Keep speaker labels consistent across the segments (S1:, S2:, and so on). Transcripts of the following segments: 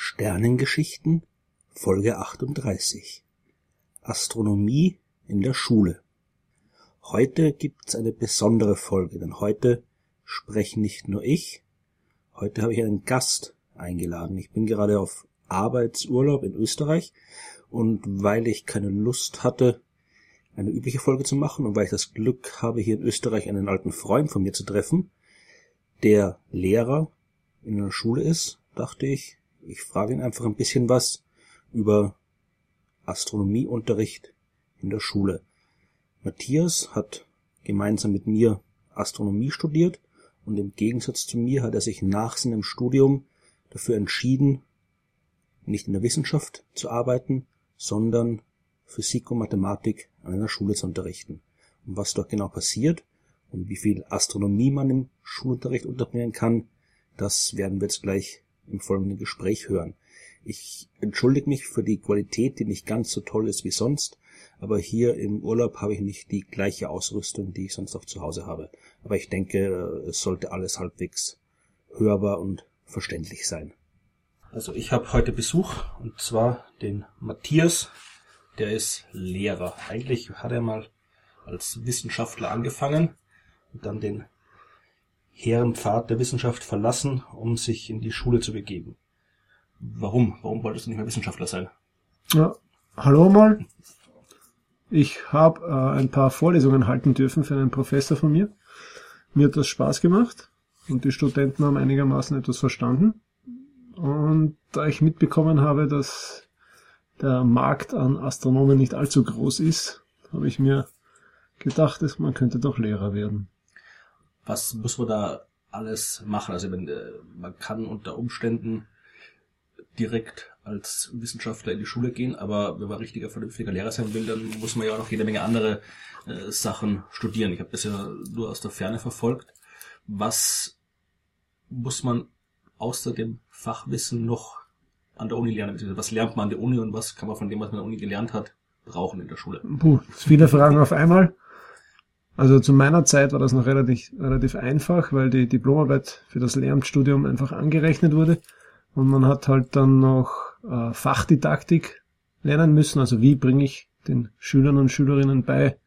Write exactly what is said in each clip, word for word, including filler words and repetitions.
S1: Sternengeschichten, Folge achtunddreißig. Astronomie in der Schule. Heute gibt's eine besondere Folge, denn heute spreche nicht nur ich, heute habe ich einen Gast eingeladen. Ich bin gerade auf Arbeitsurlaub in Österreich und weil ich keine Lust hatte, eine übliche Folge zu machen und weil ich das Glück habe, hier in Österreich einen alten Freund von mir zu treffen, der Lehrer in einer Schule ist, dachte ich, ich frage ihn einfach ein bisschen was über Astronomieunterricht in der Schule. Matthias hat gemeinsam mit mir Astronomie studiert und im Gegensatz zu mir hat er sich nach seinem Studium dafür entschieden, nicht in der Wissenschaft zu arbeiten, sondern Physik und Mathematik an einer Schule zu unterrichten. Und was dort genau passiert und wie viel Astronomie man im Schulunterricht unterbringen kann, das werden wir jetzt gleich im folgenden Gespräch hören. Ich entschuldige mich für die Qualität, die nicht ganz so toll ist wie sonst, aber hier im Urlaub habe ich nicht die gleiche Ausrüstung, die ich sonst auch zu Hause habe. Aber ich denke, es sollte alles halbwegs hörbar und verständlich sein. Also ich habe heute Besuch, und zwar den Matthias, der ist Lehrer. Eigentlich hat er mal als Wissenschaftler angefangen und dann den hehren Pfad der Wissenschaft verlassen, um sich in die Schule zu begeben. Warum? Warum wolltest du nicht mehr Wissenschaftler sein?
S2: Ja, hallo mal. Ich habe äh, ein paar Vorlesungen halten dürfen für einen Professor von mir. Mir hat das Spaß gemacht und die Studenten haben einigermaßen etwas verstanden. Und da ich mitbekommen habe, dass der Markt an Astronomen nicht allzu groß ist, habe ich mir gedacht, dass man könnte doch Lehrer werden.
S1: Was muss man da alles machen? Also wenn, äh, man kann unter Umständen direkt als Wissenschaftler in die Schule gehen, aber wenn man richtiger, vernünftiger Lehrer sein will, dann muss man ja auch noch jede Menge andere äh, Sachen studieren. Ich habe das ja nur aus der Ferne verfolgt. Was muss man außer dem Fachwissen noch an der Uni lernen? Was lernt man an der Uni und was kann man von dem, was man an der Uni gelernt hat, brauchen in der Schule?
S2: Puh, viele Fragen auf einmal. Also zu meiner Zeit war das noch relativ, relativ einfach, weil die Diplomarbeit für das Lehramtsstudium einfach angerechnet wurde. Und man hat halt dann noch äh, Fachdidaktik lernen müssen. Also wie bringe ich den Schülern und Schülerinnen bei,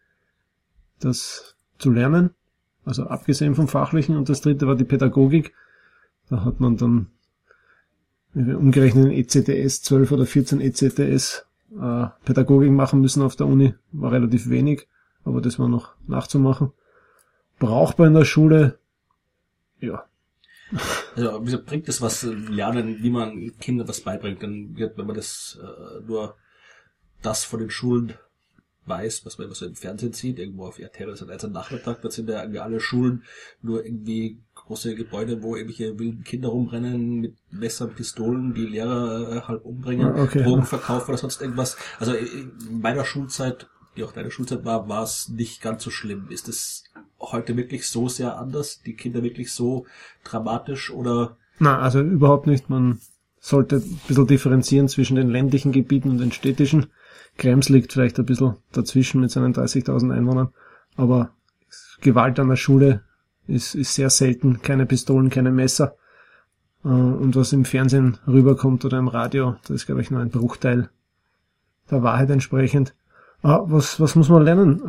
S2: das zu lernen. Also abgesehen vom Fachlichen. Und das dritte war die Pädagogik. Da hat man dann umgerechnet in E C T S, zwölf oder vierzehn E C T S äh, Pädagogik machen müssen auf der Uni. War relativ wenig. Aber das war noch nachzumachen. Brauchbar in der Schule, ja.
S1: Also wieso bringt es was, lernen, wie man Kindern was beibringt? Dann wird, wenn man das äh, nur das von den Schulen weiß, was man immer so im Fernsehen sieht, irgendwo auf R T L oder so am Nachmittag, da sind ja irgendwie alle Schulen nur irgendwie große Gebäude, wo irgendwelche wilden Kinder rumrennen mit Messern, Pistolen, die Lehrer äh, halt umbringen,
S2: okay.
S1: Drogenverkauf oder sonst irgendwas. Also in meiner Schulzeit, die auch deine Schulzeit war, war es nicht ganz so schlimm. Ist es heute wirklich so sehr anders? Die Kinder wirklich so dramatisch oder?
S2: Na, also überhaupt nicht. Man sollte ein bisschen differenzieren zwischen den ländlichen Gebieten und den städtischen. Krems liegt vielleicht ein bisschen dazwischen mit seinen dreißigtausend Einwohnern. Aber Gewalt an der Schule ist, ist sehr selten. Keine Pistolen, keine Messer. Und was im Fernsehen rüberkommt oder im Radio, das ist, glaube ich, nur ein Bruchteil der Wahrheit entsprechend. Ah, was, was muss man lernen?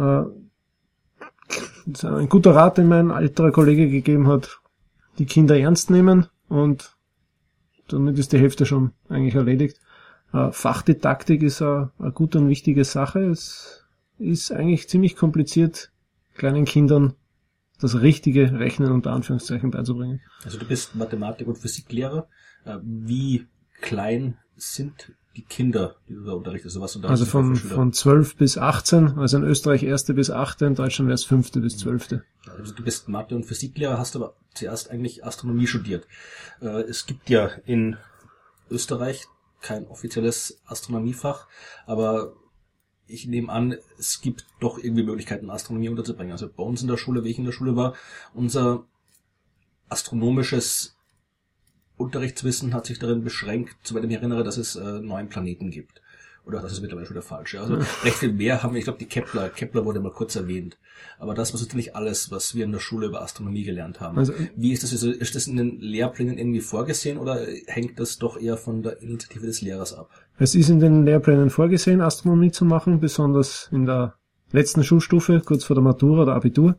S2: Äh, ein guter Rat, den mein älterer Kollege gegeben hat, die Kinder ernst nehmen und damit ist die Hälfte schon eigentlich erledigt. Äh, Fachdidaktik ist eine, eine gute und wichtige Sache. Es ist eigentlich ziemlich kompliziert, kleinen Kindern das richtige Rechnen unter Anführungszeichen beizubringen.
S1: Also du bist Mathematik- und Physiklehrer. Äh, wie klein sind die Kinder, die du da unterrichtest? Also, was du
S2: also von, von zwölf bis achtzehn, also in Österreich erste bis achte, in Deutschland wäre es fünfte bis zwölfte.
S1: Also du bist Mathe- und Physiklehrer, hast aber zuerst eigentlich Astronomie studiert. Äh, es gibt ja in Österreich kein offizielles Astronomiefach, aber ich nehme an, es gibt doch irgendwie Möglichkeiten, Astronomie unterzubringen. Also bei uns in der Schule, wie ich in der Schule war, unser astronomisches Unterrichtswissen hat sich darin beschränkt, soweit ich mich erinnere, dass es äh, neun Planeten gibt. Oder das ist mittlerweile schon der falsche. Also recht viel mehr haben wir, ich glaube, die Kepler, Kepler wurde mal kurz erwähnt. Aber das war natürlich alles, was wir in der Schule über Astronomie gelernt haben. Also, wie ist das? Also, ist das in den Lehrplänen irgendwie vorgesehen oder hängt das doch eher von der Initiative des Lehrers ab?
S2: Es ist in den Lehrplänen vorgesehen, Astronomie zu machen, besonders in der letzten Schulstufe, kurz vor der Matura oder Abitur.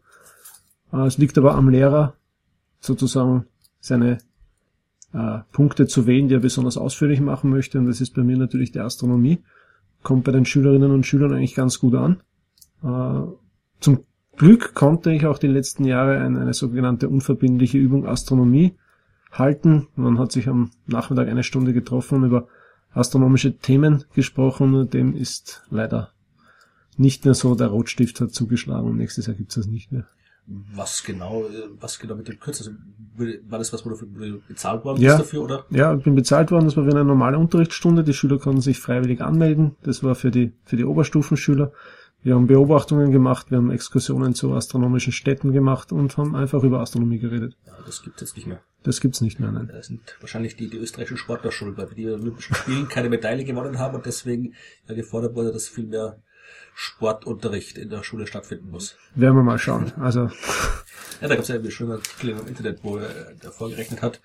S2: Es liegt aber am Lehrer, sozusagen seine äh, Punkte zu wählen, die er besonders ausführlich machen möchte. Und das ist bei mir natürlich die Astronomie. Kommt bei den Schülerinnen und Schülern eigentlich ganz gut an. Äh, zum Glück konnte ich auch die letzten Jahre eine, eine sogenannte unverbindliche Übung Astronomie halten. Man hat sich am Nachmittag eine Stunde getroffen und über astronomische Themen gesprochen. Nur dem ist leider nicht mehr so. Der Rotstift hat zugeschlagen und nächstes Jahr gibt es das nicht mehr.
S1: Was genau, was genau mit dem Kurs? Also, war das was, wo du bezahlt worden
S2: ja,
S1: bist dafür, oder?
S2: Ja, ich bin bezahlt worden. Das war wie eine normale Unterrichtsstunde. Die Schüler konnten sich freiwillig anmelden. Das war für die, für die Oberstufenschüler. Wir haben Beobachtungen gemacht, wir haben Exkursionen zu astronomischen Städten gemacht und haben einfach über Astronomie geredet.
S1: Ja, das gibt's jetzt nicht mehr.
S2: Das gibt's nicht mehr, nein.
S1: Das sind wahrscheinlich die, die österreichischen Sportler schuld, weil die Olympischen Spielen keine Medaille gewonnen haben und deswegen ja gefordert wurde, dass viel mehr Sportunterricht in der Schule stattfinden muss.
S2: Werden wir mal schauen. Also
S1: ja, da gab's ja einen schönen Artikel im Internet, wo er vorgerechnet hat,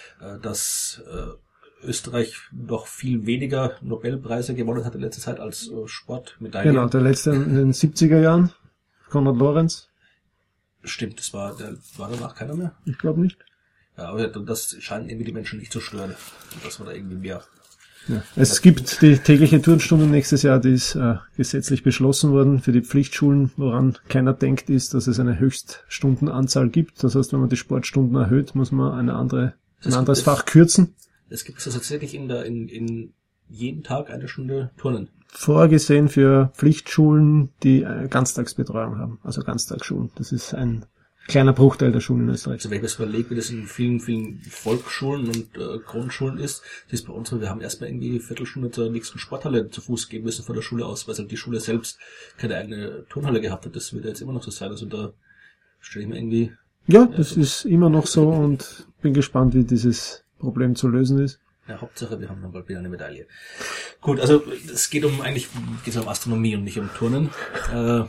S1: dass Österreich noch viel weniger Nobelpreise gewonnen hat in letzter Zeit als Sportmedaillen.
S2: Genau, der letzte in den siebziger Jahren, Konrad Lorenz.
S1: Stimmt, das war, der war danach keiner mehr?
S2: Ich glaube nicht.
S1: Ja, aber das scheint irgendwie die Menschen nicht zu stören. Und das war da irgendwie mehr.
S2: Ja. Es gibt die tägliche Turnstunde nächstes Jahr, die ist äh, gesetzlich beschlossen worden für die Pflichtschulen. Woran keiner denkt, ist, dass es eine Höchststundenanzahl gibt. Das heißt, wenn man die Sportstunden erhöht, muss man eine andere, ein anderes
S1: es,
S2: Fach kürzen.
S1: Es gibt also tatsächlich in der in, in jeden Tag eine Stunde Turnen.
S2: Vorgesehen für Pflichtschulen, die äh, Ganztagsbetreuung haben, also Ganztagsschulen. Das ist ein kleiner Bruchteil der Schulen in Österreich.
S1: Also wenn ich das überlege, wie das in vielen, vielen Volksschulen und äh, Grundschulen ist, das ist bei uns so, wir haben erstmal irgendwie eine Viertelstunde zur nächsten Sporthalle zu Fuß gehen müssen von der Schule aus, weil halt die Schule selbst keine eigene Turnhalle gehabt hat. Das wird ja jetzt immer noch so sein. Also da stelle ich mir irgendwie...
S2: Ja, das ja, so ist immer noch so und bin gespannt, wie dieses Problem zu lösen ist.
S1: Ja, Hauptsache, wir haben dann bald wieder eine Medaille. Gut, also es geht um, eigentlich geht es um Astronomie und nicht um Turnen. Äh,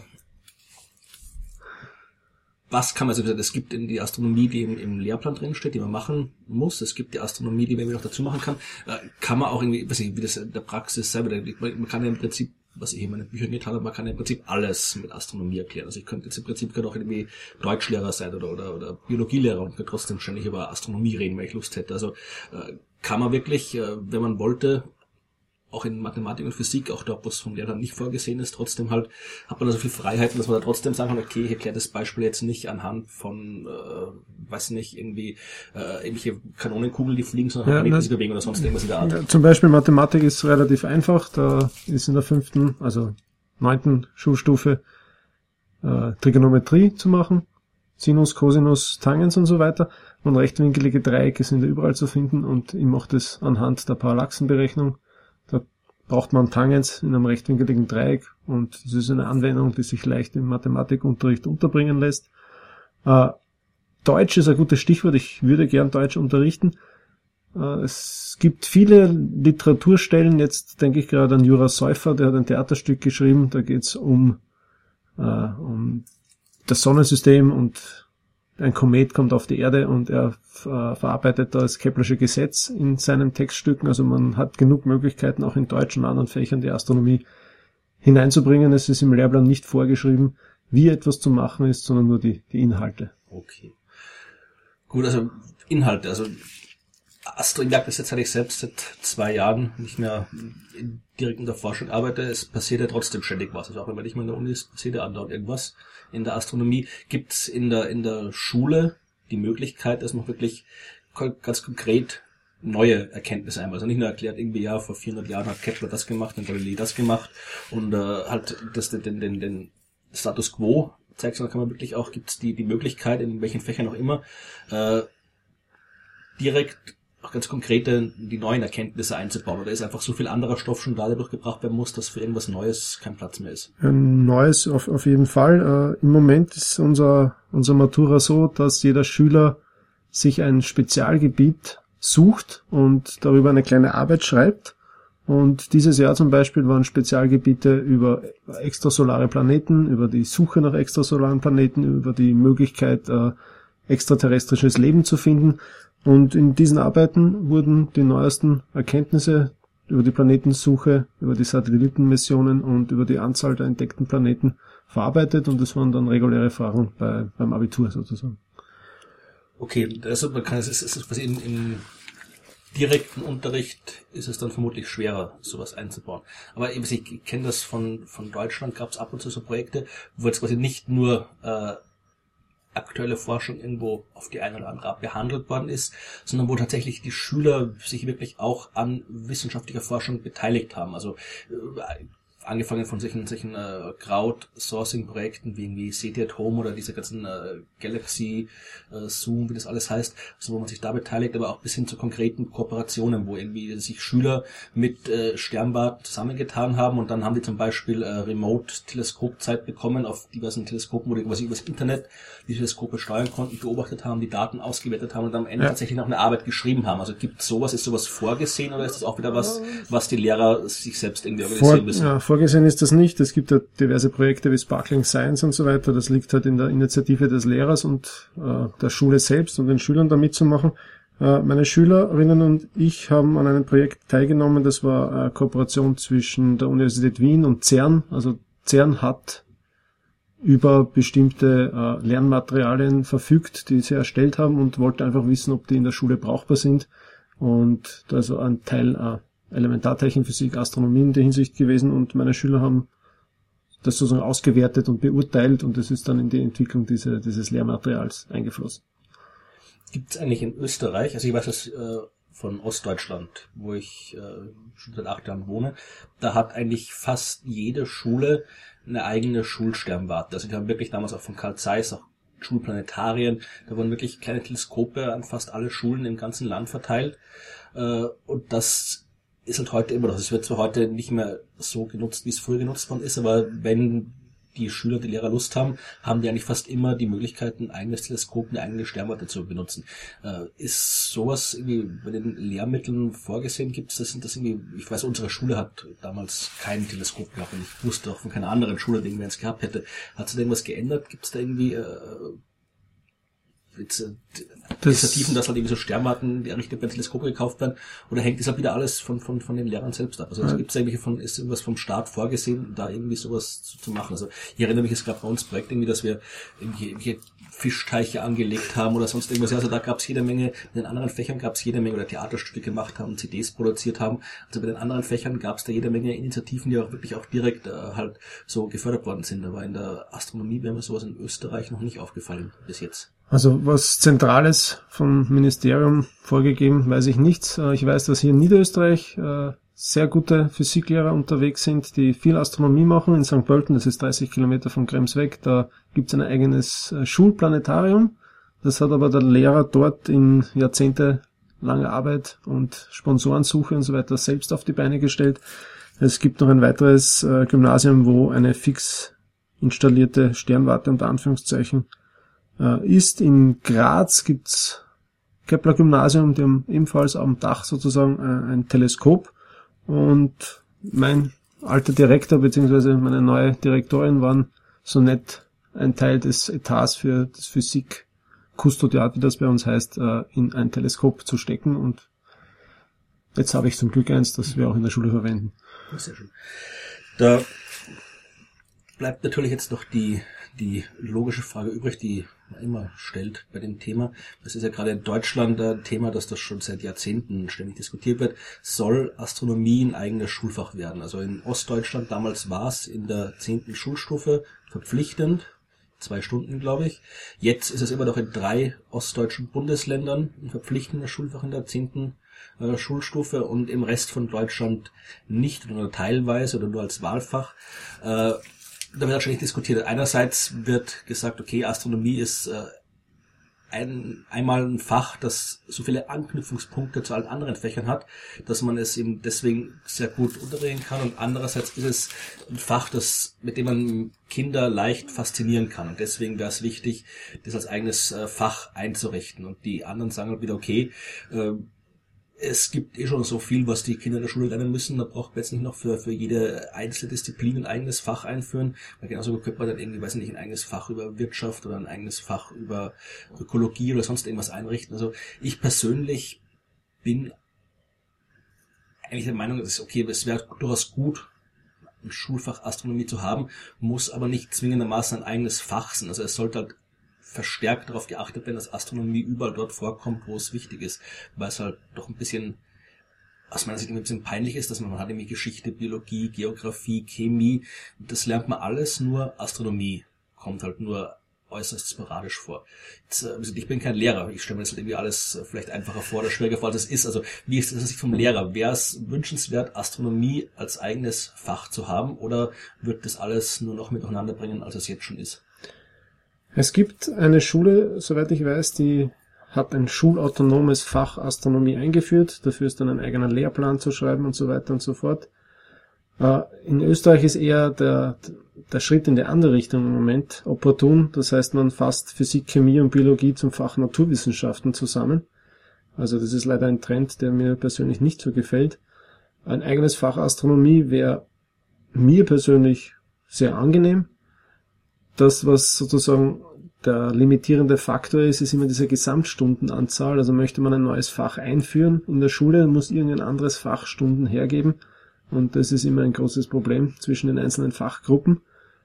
S1: Was kann man, also es gibt in die Astronomie, die im, im Lehrplan drin steht, die man machen muss. Es gibt die Astronomie, die man irgendwie noch dazu machen kann. Äh, kann man auch irgendwie, weiß nicht, wie das in der Praxis selber, man kann ja im Prinzip, was ich in meinen Büchern nicht habe, man kann ja im Prinzip alles mit Astronomie erklären. Also ich könnte jetzt im Prinzip könnte auch irgendwie Deutschlehrer sein oder, oder, oder Biologielehrer und könnte trotzdem ständig über Astronomie reden, wenn ich Lust hätte. Also äh, kann man wirklich, äh, wenn man wollte, auch in Mathematik und Physik, auch dort, wo es vom Lehrer nicht vorgesehen ist, trotzdem halt, hat man da so viel Freiheiten, dass man da trotzdem sagen kann, okay, ich erkläre das Beispiel jetzt nicht anhand von, äh, weiß nicht, irgendwie, äh, irgendwelche Kanonenkugeln, die fliegen, sondern ja, kann ich sich bewegen oder sonst irgendwas in der Art.
S2: Ja, zum Beispiel Mathematik ist relativ einfach, da ist in der fünften, also neunten Schulstufe äh, Trigonometrie zu machen, Sinus, Cosinus, Tangens und so weiter. Und rechtwinklige Dreiecke sind ja überall zu finden und ich mache das anhand der Parallaxenberechnung. Da braucht man Tangens in einem rechtwinkeligen Dreieck und das ist eine Anwendung, die sich leicht im Mathematikunterricht unterbringen lässt. Äh, Deutsch ist ein gutes Stichwort, ich würde gern Deutsch unterrichten. Äh, es gibt viele Literaturstellen, jetzt denke ich gerade an Jura Säufer, der hat ein Theaterstück geschrieben, da geht es um, äh, um das Sonnensystem und ein Komet kommt auf die Erde und er äh, verarbeitet das Keplersche Gesetz in seinen Textstücken. Also man hat genug Möglichkeiten, auch in Deutsch und anderen Fächern die Astronomie hineinzubringen. Es ist im Lehrplan nicht vorgeschrieben, wie etwas zu machen ist, sondern nur die, die Inhalte.
S1: Okay. Gut, also Inhalte. Also Astro, ich merke das jetzt, hatte ich selbst seit zwei Jahren nicht mehr in, direkt in der Forschung arbeite. Es passiert ja trotzdem ständig was. Also auch wenn man nicht mehr in der Uni ist, passiert ja andauernd irgendwas. In der Astronomie gibt es in der in der Schule die Möglichkeit, dass man wirklich ganz konkret neue Erkenntnisse einmal, also nicht nur erklärt, irgendwie ja, vor vierhundert Jahren hat Kepler das gemacht und Galilei das gemacht und äh, halt das den den den Status quo zeigt, sondern kann man wirklich auch, gibt es die die Möglichkeit, in welchen Fächern auch immer, äh, direkt auch ganz konkrete, die neuen Erkenntnisse einzubauen. Oder ist einfach so viel anderer Stoff schon da, der durchgebracht werden muss, dass für irgendwas Neues kein Platz mehr ist?
S2: Ein Neues auf, auf jeden Fall. Äh, im Moment ist unser, unser Matura so, dass jeder Schüler sich ein Spezialgebiet sucht und darüber eine kleine Arbeit schreibt. Und dieses Jahr zum Beispiel waren Spezialgebiete über extrasolare Planeten, über die Suche nach extrasolaren Planeten, über die Möglichkeit, äh, extraterrestrisches Leben zu finden. Und in diesen Arbeiten wurden die neuesten Erkenntnisse über die Planetensuche, über die Satellitenmissionen und über die Anzahl der entdeckten Planeten verarbeitet, und das waren dann reguläre Fragen bei, beim Abitur sozusagen.
S1: Okay, also man kann es, es ist quasi im, im direkten Unterricht ist es dann vermutlich schwerer, sowas einzubauen. Aber eben, ich kenne das von von Deutschland, gab es ab und zu so Projekte, wo jetzt quasi nicht nur äh, aktuelle Forschung irgendwo auf die eine oder andere Art behandelt worden ist, sondern wo tatsächlich die Schüler sich wirklich auch an wissenschaftlicher Forschung beteiligt haben. Also äh, angefangen von solchen, solchen äh, Crowdsourcing-Projekten wie irgendwie C T at Home oder diese ganzen äh, Galaxy, äh, Zoom, wie das alles heißt, so wo man sich da beteiligt, aber auch bis hin zu konkreten Kooperationen, wo irgendwie sich Schüler mit äh, Sternwart zusammengetan haben, und dann haben die zum Beispiel äh, Remote-Teleskopzeit bekommen auf diversen Teleskopen, wo die quasi übers Internet die Teleskope steuern konnten, beobachtet haben, die Daten ausgewertet haben und am Ende ja. tatsächlich noch eine Arbeit geschrieben haben. Also gibt sowas, ist sowas vorgesehen, oder ist das auch wieder was, was die Lehrer sich selbst irgendwie organisieren
S2: Vor,
S1: müssen?
S2: Ja, vorgesehen ist das nicht. Es gibt ja diverse Projekte wie Sparkling Science und so weiter. Das liegt halt in der Initiative des Lehrers und äh, der Schule selbst und den Schülern da mitzumachen. Äh, meine Schülerinnen und ich haben an einem Projekt teilgenommen. Das war eine Kooperation zwischen der Universität Wien und CERN. Also CERN hat über bestimmte äh, Lernmaterialien verfügt, die sie erstellt haben, und wollte einfach wissen, ob die in der Schule brauchbar sind. Und da ist also ein Teil äh, Elementartechnik, Physik, Astronomie in der Hinsicht gewesen, und meine Schüler haben das sozusagen ausgewertet und beurteilt, und das ist dann in die Entwicklung diese, dieses Lehrmaterials eingeflossen.
S1: Gibt es eigentlich in Österreich, also ich weiß das äh, von Ostdeutschland, wo ich äh, schon seit acht Jahren wohne, da hat eigentlich fast jede Schule eine eigene Schulsternwarte. Also die haben wirklich damals auch von Carl Zeiss auch Schulplanetarien, da wurden wirklich kleine Teleskope an fast alle Schulen im ganzen Land verteilt, äh, und das ist halt heute immer noch. Es wird zwar heute nicht mehr so genutzt, wie es früher genutzt worden ist, aber wenn die Schüler, die Lehrer Lust haben, haben die eigentlich fast immer die Möglichkeit, ein eigenes Teleskop, eine eigene Sternwarte zu benutzen. Äh, ist sowas irgendwie bei den Lehrmitteln vorgesehen? Gibt es das, sind das irgendwie, ich weiß, unsere Schule hat damals kein Teleskop gehabt, und ich wusste auch von keiner anderen Schule, die irgendwer eins gehabt hätte. Hat sich da irgendwas geändert? Gibt es da irgendwie äh, Jetzt, äh, Initiativen, dass halt irgendwie so Sternwarten, die errichtet werden, Teleskope gekauft werden, oder hängt das halt wieder alles von, von, von den Lehrern selbst ab? Also, also gibt es irgendwelche von, ist irgendwas vom Staat vorgesehen, da irgendwie sowas zu, zu machen? Also, ich erinnere mich, es gab bei uns Projekt irgendwie, dass wir irgendwie, irgendwie Fischteiche angelegt haben oder sonst irgendwas. Also, da gab es jede Menge, in den anderen Fächern gab es jede Menge, oder Theaterstücke gemacht haben, C Ds produziert haben. Also, bei den anderen Fächern gab es da jede Menge Initiativen, die auch wirklich auch direkt äh, halt so gefördert worden sind. Aber in der Astronomie wäre mir sowas in Österreich noch nicht aufgefallen bis jetzt.
S2: Also was Zentrales vom Ministerium vorgegeben, weiß ich nichts. Ich weiß, dass hier in Niederösterreich sehr gute Physiklehrer unterwegs sind, die viel Astronomie machen. In Sankt Pölten, das ist dreißig Kilometer von Krems weg, da gibt es ein eigenes Schulplanetarium. Das hat aber der Lehrer dort in jahrzehntelanger Arbeit und Sponsorensuche und so weiter selbst auf die Beine gestellt. Es gibt noch ein weiteres Gymnasium, wo eine fix installierte Sternwarte unter Anführungszeichen ist. In Graz gibt's Kepler-Gymnasium, die haben ebenfalls am Dach sozusagen ein Teleskop, und mein alter Direktor bzw. meine neue Direktorin waren so nett, ein Teil des Etats für das Physik-Kustodiat, wie das bei uns heißt, in ein Teleskop zu stecken, und jetzt habe ich zum Glück eins, das wir auch in der Schule verwenden.
S1: Sehr schön. Da bleibt natürlich jetzt noch die die logische Frage übrig, die man immer stellt bei dem Thema. Das ist ja gerade in Deutschland ein Thema, dass das schon seit Jahrzehnten ständig diskutiert wird. Soll Astronomie ein eigenes Schulfach werden? Also in Ostdeutschland damals war es in der zehnten Schulstufe verpflichtend, zwei Stunden, glaube ich. Jetzt ist es immer noch in drei ostdeutschen Bundesländern ein verpflichtendes Schulfach in der zehnten äh, Schulstufe und im Rest von Deutschland nicht oder nur teilweise oder nur als Wahlfach. Äh, Da wird wahrscheinlich diskutiert. Einerseits wird gesagt, okay, Astronomie ist äh, ein, einmal ein Fach, das so viele Anknüpfungspunkte zu allen anderen Fächern hat, dass man es eben deswegen sehr gut unterbringen kann. Und andererseits ist es ein Fach, das mit dem man Kinder leicht faszinieren kann. Und deswegen wäre es wichtig, das als eigenes äh, Fach einzurichten. Und die anderen sagen halt wieder, okay, äh, es gibt eh schon so viel, was die Kinder in der Schule lernen müssen. Da braucht man jetzt nicht noch für für jede einzelne Disziplin ein eigenes Fach einführen. Weil genauso könnte man dann irgendwie, weiß nicht, ein eigenes Fach über Wirtschaft oder ein eigenes Fach über Ökologie oder sonst irgendwas einrichten. Also ich persönlich bin eigentlich der Meinung, es ist okay, es wäre durchaus gut, ein Schulfach Astronomie zu haben, muss aber nicht zwingendermaßen ein eigenes Fach sein. Also es sollte halt verstärkt darauf geachtet werden, dass Astronomie überall dort vorkommt, wo es wichtig ist, weil es halt doch ein bisschen, aus meiner Sicht ein bisschen peinlich ist, dass man, man hat irgendwie Geschichte, Biologie, Geografie, Chemie, das lernt man alles, nur Astronomie kommt halt nur äußerst sporadisch vor. Jetzt, also ich bin kein Lehrer, ich stelle mir das halt irgendwie alles vielleicht einfacher vor oder schwieriger vor, als es ist. Also wie ist das sich vom Lehrer? Wäre es wünschenswert, Astronomie als eigenes Fach zu haben, oder wird das alles nur noch miteinander bringen, als es jetzt schon ist?
S2: Es gibt eine Schule, soweit ich weiß, die hat ein schulautonomes Fach Astronomie eingeführt. Dafür ist dann ein eigener Lehrplan zu schreiben und so weiter und so fort. In Österreich ist eher der, der Schritt in die andere Richtung im Moment opportun. Das heißt, man fasst Physik, Chemie und Biologie zum Fach Naturwissenschaften zusammen. Also das ist leider ein Trend, der mir persönlich nicht so gefällt. Ein eigenes Fach Astronomie wäre mir persönlich sehr angenehm. Das, was sozusagen der limitierende Faktor ist, ist immer diese Gesamtstundenanzahl. Also möchte man ein neues Fach einführen in der Schule, muss irgendein anderes Fach Stunden hergeben. Und das ist immer ein großes Problem zwischen den einzelnen Fachgruppen.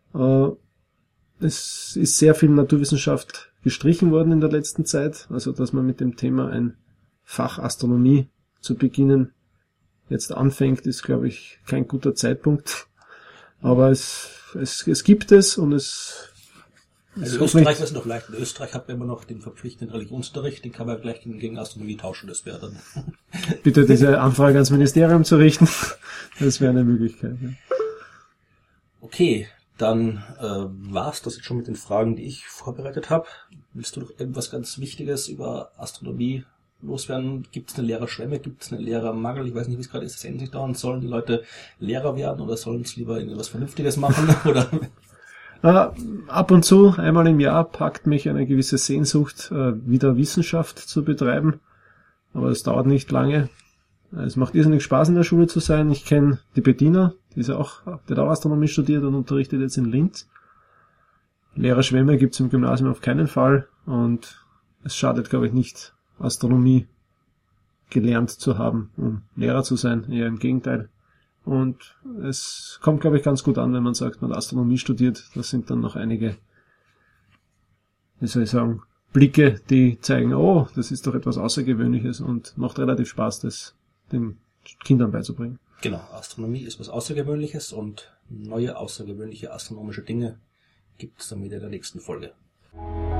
S2: Es ist sehr viel Naturwissenschaft gestrichen worden in der letzten Zeit. Also dass man mit dem Thema ein Fach Astronomie zu beginnen jetzt anfängt, ist, glaube ich, kein guter Zeitpunkt. Aber es Es, es gibt es und es...
S1: Also in Österreich ist es noch leicht. In Österreich hat man immer noch den verpflichtenden Religionsunterricht, den kann man gleich gegen Astronomie tauschen, das wäre dann...
S2: Bitte diese Anfrage ans Ministerium zu richten, das wäre eine Möglichkeit. Ja.
S1: Okay, dann äh, war's das jetzt schon mit den Fragen, die ich vorbereitet habe. Willst du noch irgendwas ganz Wichtiges über Astronomie loswerden? Gibt es eine Lehrerschwemme? Gibt es einen Lehrermangel? Ich weiß nicht, wie es gerade ist. Das ändert sich dauernd. Sollen die Leute Lehrer werden oder sollen es lieber irgendwas Vernünftiges machen? Oder?
S2: Äh, ab und zu, einmal im Jahr, packt mich eine gewisse Sehnsucht, äh, wieder Wissenschaft zu betreiben. Aber es dauert nicht lange. Es macht irrsinnig Spaß, in der Schule zu sein. Ich kenne die Bettina, die ist ja auch, die hat auch Astronomie studiert und unterrichtet jetzt in Linz. Lehrerschwemme gibt es im Gymnasium auf keinen Fall. Und es schadet, glaube ich, nicht, Astronomie gelernt zu haben, um Lehrer zu sein, eher im Gegenteil. Und es kommt, glaube ich, ganz gut an, wenn man sagt, man hat Astronomie studiert. Das sind dann noch einige, wie soll ich sagen, Blicke, die zeigen, oh, das ist doch etwas Außergewöhnliches und macht relativ Spaß, das den Kindern beizubringen.
S1: Genau, Astronomie ist was Außergewöhnliches und neue außergewöhnliche astronomische Dinge gibt es dann wieder in der nächsten Folge.